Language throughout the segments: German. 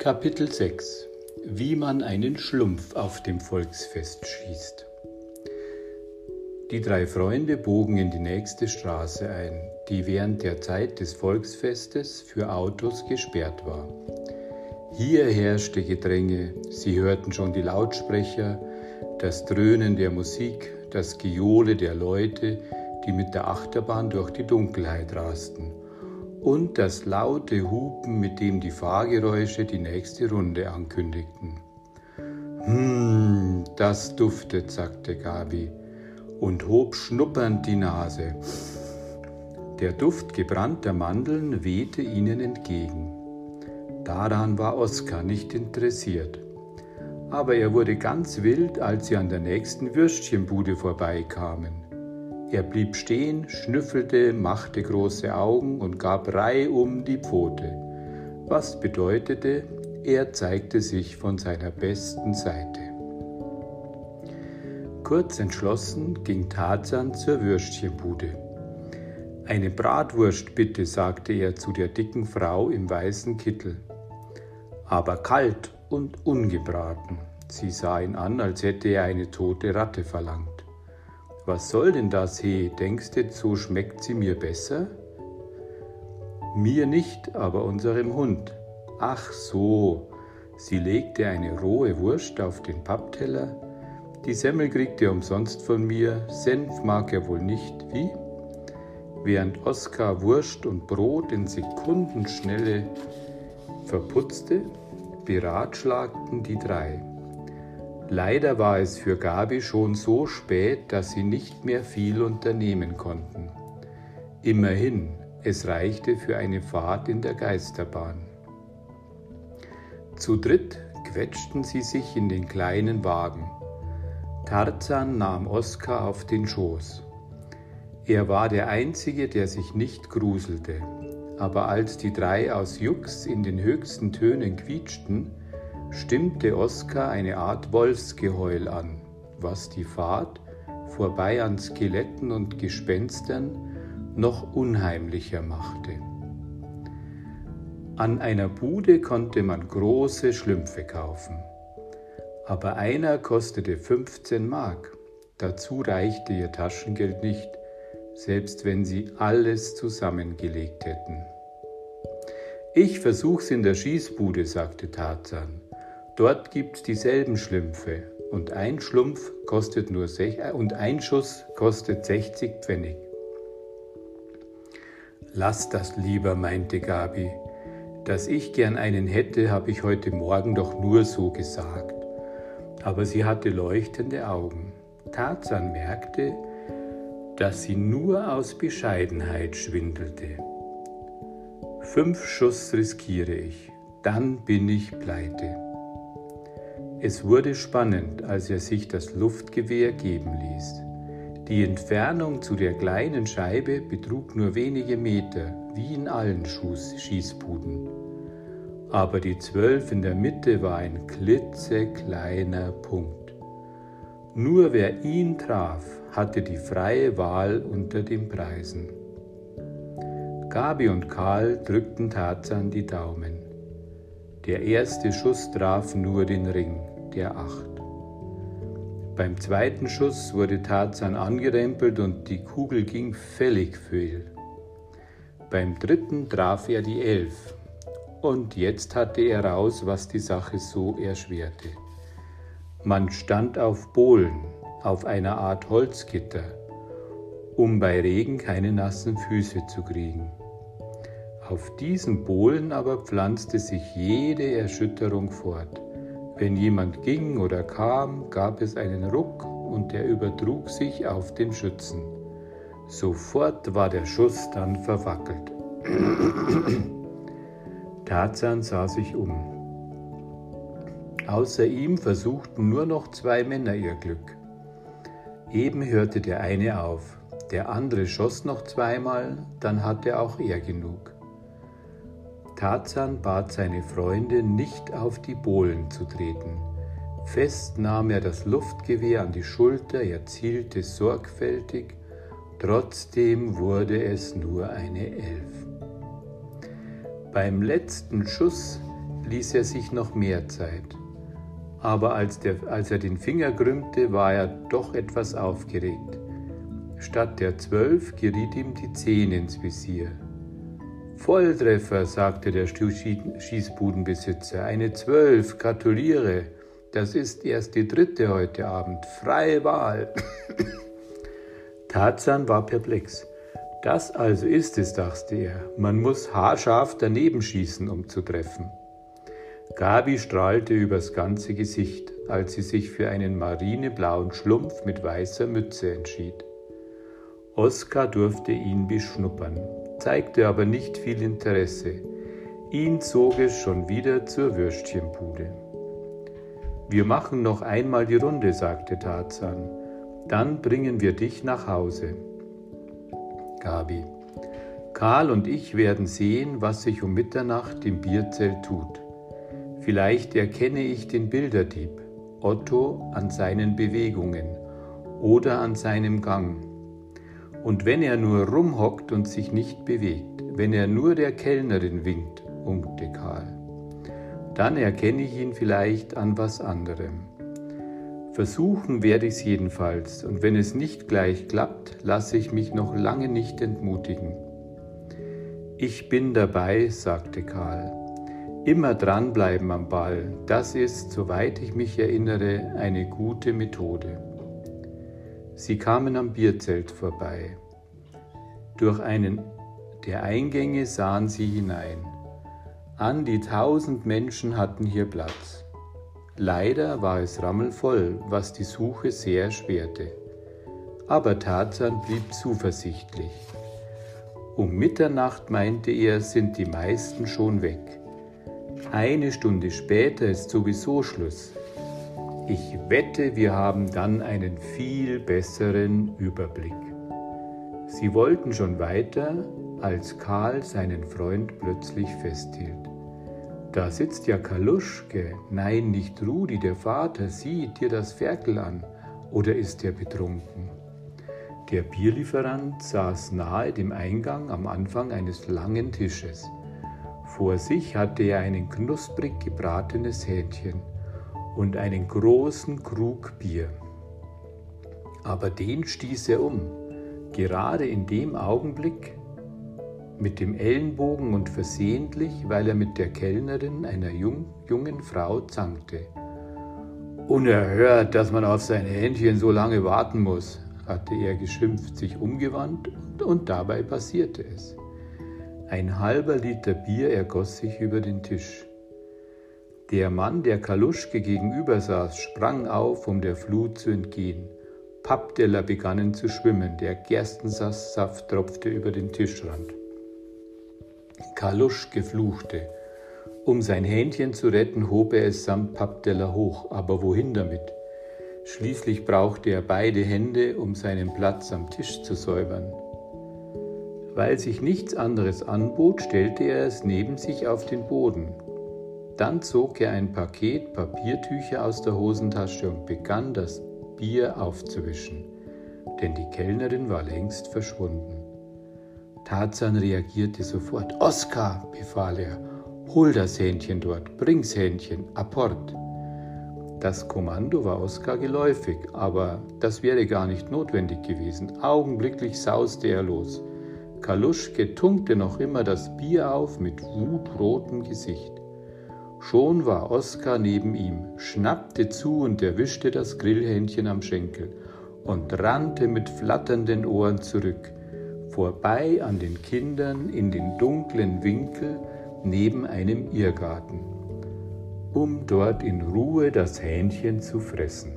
Kapitel 6 – Wie man einen Schlumpf auf dem Volksfest schießt. Die 3 Freunde bogen in die nächste Straße ein, die während der Zeit des Volksfestes für Autos gesperrt war. Hier herrschte Gedränge, sie hörten schon die Lautsprecher, das Dröhnen der Musik, das Gejohle der Leute, die mit der Achterbahn durch die Dunkelheit rasten, und das laute Hupen, mit dem die Fahrgeräusche die nächste Runde ankündigten. Das duftet, sagte Gabi und hob schnuppernd die Nase. Der Duft gebrannter Mandeln wehte ihnen entgegen. Daran war Oskar nicht interessiert. Aber er wurde ganz wild, als sie an der nächsten Würstchenbude vorbeikamen. Er blieb stehen, schnüffelte, machte große Augen und gab reihum die Pfote, was bedeutete, er zeigte sich von seiner besten Seite. Kurz entschlossen ging Tarzan zur Würstchenbude. »Eine Bratwurst bitte«, sagte er zu der dicken Frau im weißen Kittel. »Aber kalt und ungebraten.« Sie sah ihn an, als hätte er eine tote Ratte verlangt. »Was soll denn das, Denkst du, so schmeckt sie mir besser?« »Mir nicht, aber unserem Hund.« »Ach so.« Sie legte eine rohe Wurst auf den Pappteller. »Die Semmel kriegt er umsonst von mir, Senf mag er wohl nicht, wie?« Während Oskar Wurst und Brot in Sekundenschnelle verputzte, beratschlagten die 3. Leider war es für Gabi schon so spät, dass sie nicht mehr viel unternehmen konnten. Immerhin, es reichte für eine Fahrt in der Geisterbahn. Zu dritt quetschten sie sich in den kleinen Wagen. Tarzan nahm Oskar auf den Schoß. Er war der Einzige, der sich nicht gruselte. Aber als die 3 aus Jux in den höchsten Tönen quietschten, stimmte Oskar eine Art Wolfsgeheul an, was die Fahrt vorbei an Skeletten und Gespenstern noch unheimlicher machte. An einer Bude konnte man große Schlümpfe kaufen, aber einer kostete 15 Mark. Dazu reichte ihr Taschengeld nicht, selbst wenn sie alles zusammengelegt hätten. »Ich versuch's in der Schießbude«, sagte Tarzan. »Dort gibt's dieselben Schlümpfe und ein Schuss kostet 60 Pfennig.« »Lass das lieber«, meinte Gabi. »Dass ich gern einen hätte, habe ich heute Morgen doch nur so gesagt.« Aber sie hatte leuchtende Augen. Tarzan merkte, dass sie nur aus Bescheidenheit schwindelte. 5 Schuss riskiere ich, dann bin ich pleite. Es wurde spannend, als er sich das Luftgewehr geben ließ. Die Entfernung zu der kleinen Scheibe betrug nur wenige Meter, wie in allen Schießbuden. Aber die 12 in der Mitte war ein klitzekleiner Punkt. Nur wer ihn traf, hatte die freie Wahl unter den Preisen. Gabi und Karl drückten Tarzan die Daumen. Der erste Schuss traf nur den Ring, der 8. Beim zweiten Schuss wurde Tarzan angerempelt und die Kugel ging völlig fehl. Beim dritten traf er die 11. Und jetzt hatte er raus, was die Sache so erschwerte. Man stand auf Bohlen, auf einer Art Holzgitter, um bei Regen keine nassen Füße zu kriegen. Auf diesen Bohlen aber pflanzte sich jede Erschütterung fort. Wenn jemand ging oder kam, gab es einen Ruck und der übertrug sich auf den Schützen. Sofort war der Schuss dann verwackelt. Tarzan sah sich um. Außer ihm versuchten nur noch 2 Männer ihr Glück. Eben hörte der eine auf, der andere schoss noch 2-mal, dann hatte auch er genug. Tarzan bat seine Freunde, nicht auf die Bohlen zu treten. Fest nahm er das Luftgewehr an die Schulter, er zielte sorgfältig, trotzdem wurde es nur eine 11. Beim letzten Schuss ließ er sich noch mehr Zeit. Aber als er den Finger krümmte, war er doch etwas aufgeregt. Statt der 12 geriet ihm die 10 ins Visier. »Volltreffer«, sagte der Schießbudenbesitzer, »eine 12, gratuliere, das ist erst die 3. heute Abend, freie Wahl.« Tarzan war perplex. »Das also ist es«, dachte er, »man muss haarscharf daneben schießen, um zu treffen.« Gabi strahlte übers ganze Gesicht, als sie sich für einen marineblauen Schlumpf mit weißer Mütze entschied. Oskar durfte ihn beschnuppern, zeigte aber nicht viel Interesse. Ihn zog es schon wieder zur Würstchenbude. »Wir machen noch einmal die Runde«, sagte Tarzan. »Dann bringen wir dich nach Hause.« Gabi: »Karl und ich werden sehen, was sich um Mitternacht im Bierzelt tut. Vielleicht erkenne ich den Bilderdieb, Otto, an seinen Bewegungen oder an seinem Gang. Und wenn er nur rumhockt und sich nicht bewegt, wenn er nur der Kellnerin winkt«, unkte Karl, »dann erkenne ich ihn vielleicht an was anderem. Versuchen werde ich es jedenfalls, und wenn es nicht gleich klappt, lasse ich mich noch lange nicht entmutigen.« »Ich bin dabei«, sagte Karl. »Immer dranbleiben am Ball, das ist, soweit ich mich erinnere, eine gute Methode.« Sie kamen am Bierzelt vorbei. Durch einen der Eingänge sahen sie hinein. An die 1000 Menschen hatten hier Platz. Leider war es rammelvoll, was die Suche sehr erschwerte. Aber Tarzan blieb zuversichtlich. Um Mitternacht, meinte er, sind die meisten schon weg. 1 Stunde später ist sowieso Schluss. Ich wette, wir haben dann einen viel besseren Überblick. Sie wollten schon weiter, als Karl seinen Freund plötzlich festhielt. »Da sitzt ja Kaluschke, nein, nicht Rudi, der Vater, sieh dir das Ferkel an, oder ist er betrunken?« Der Bierlieferant saß nahe dem Eingang am Anfang eines langen Tisches. Vor sich hatte er ein knusprig gebratenes Hähnchen und einen großen Krug Bier. Aber den stieß er um, gerade in dem Augenblick, mit dem Ellenbogen und versehentlich, weil er mit der Kellnerin, einer jungen Frau, zankte. »Unerhört, dass man auf sein Hähnchen so lange warten muss«, hatte er geschimpft, sich umgewandt und dabei passierte es. Ein halber Liter Bier ergoss sich über den Tisch. Der Mann, der Kaluschke gegenüber saß, sprang auf, um der Flut zu entgehen. Pappteller begannen zu schwimmen, der Gerstensaft tropfte über den Tischrand. Kaluschke fluchte. Um sein Hähnchen zu retten, hob er es samt Pappteller hoch, aber wohin damit? Schließlich brauchte er beide Hände, um seinen Platz am Tisch zu säubern. Weil sich nichts anderes anbot, stellte er es neben sich auf den Boden. Dann zog er ein Paket Papiertücher aus der Hosentasche und begann, das Bier aufzuwischen, denn die Kellnerin war längst verschwunden. Tarzan reagierte sofort. »Oskar«, befahl er, »hol das Hähnchen dort, bring's Hähnchen, Apport.« Das Kommando war Oskar geläufig, aber das wäre gar nicht notwendig gewesen. Augenblicklich sauste er los. Kaluschke tunkte noch immer das Bier auf mit wutrotem Gesicht. Schon war Oskar neben ihm, schnappte zu und erwischte das Grillhähnchen am Schenkel und rannte mit flatternden Ohren zurück, vorbei an den Kindern in den dunklen Winkel neben einem Irrgarten, um dort in Ruhe das Hähnchen zu fressen.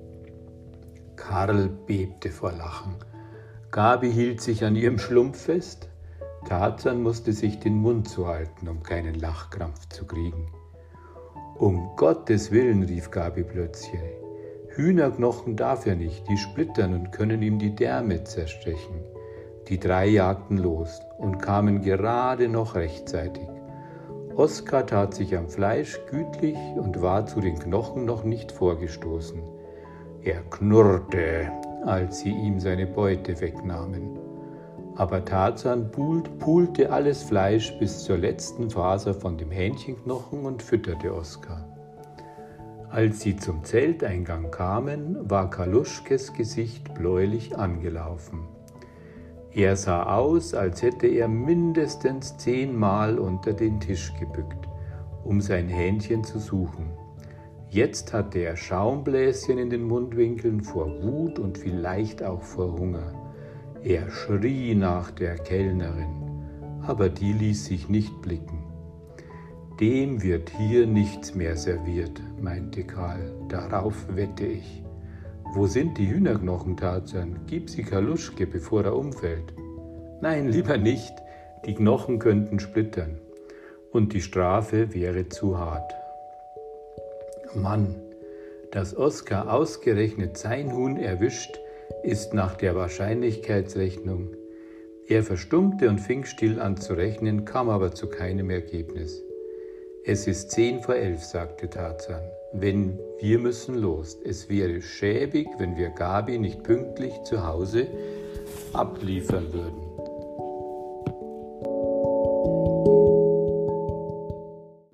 Karl bebte vor Lachen. Gabi hielt sich an ihrem Schlumpf fest. Tarzan musste sich den Mund zuhalten, um keinen Lachkrampf zu kriegen. »Um Gottes Willen«, rief Gabi plötzlich, »Hühnerknochen darf er nicht, die splittern und können ihm die Därme zerstechen.« Die 3 jagten los und kamen gerade noch rechtzeitig. Oskar tat sich am Fleisch gütlich und war zu den Knochen noch nicht vorgestoßen. Er knurrte, als sie ihm seine Beute wegnahmen. Aber Tarzan pulte alles Fleisch bis zur letzten Faser von dem Hähnchenknochen und fütterte Oskar. Als sie zum Zelteingang kamen, war Kaluschkes Gesicht bläulich angelaufen. Er sah aus, als hätte er mindestens 10-mal unter den Tisch gebückt, um sein Hähnchen zu suchen. Jetzt hatte er Schaumbläschen in den Mundwinkeln vor Wut und vielleicht auch vor Hunger. Er schrie nach der Kellnerin, aber die ließ sich nicht blicken. »Dem wird hier nichts mehr serviert«, meinte Karl, »darauf wette ich.« »Wo sind die Hühnerknochen, Tarzan? Gib sie Kaluschke, bevor er umfällt.« »Nein, lieber nicht, die Knochen könnten splittern und die Strafe wäre zu hart.« Mann, dass Oskar ausgerechnet sein Huhn erwischt, ist nach der Wahrscheinlichkeitsrechnung. Er verstummte und fing still an zu rechnen, kam aber zu keinem Ergebnis. »Es ist 10:11, sagte Tarzan. Wir müssen los. Es wäre schäbig, wenn wir Gabi nicht pünktlich zu Hause abliefern würden.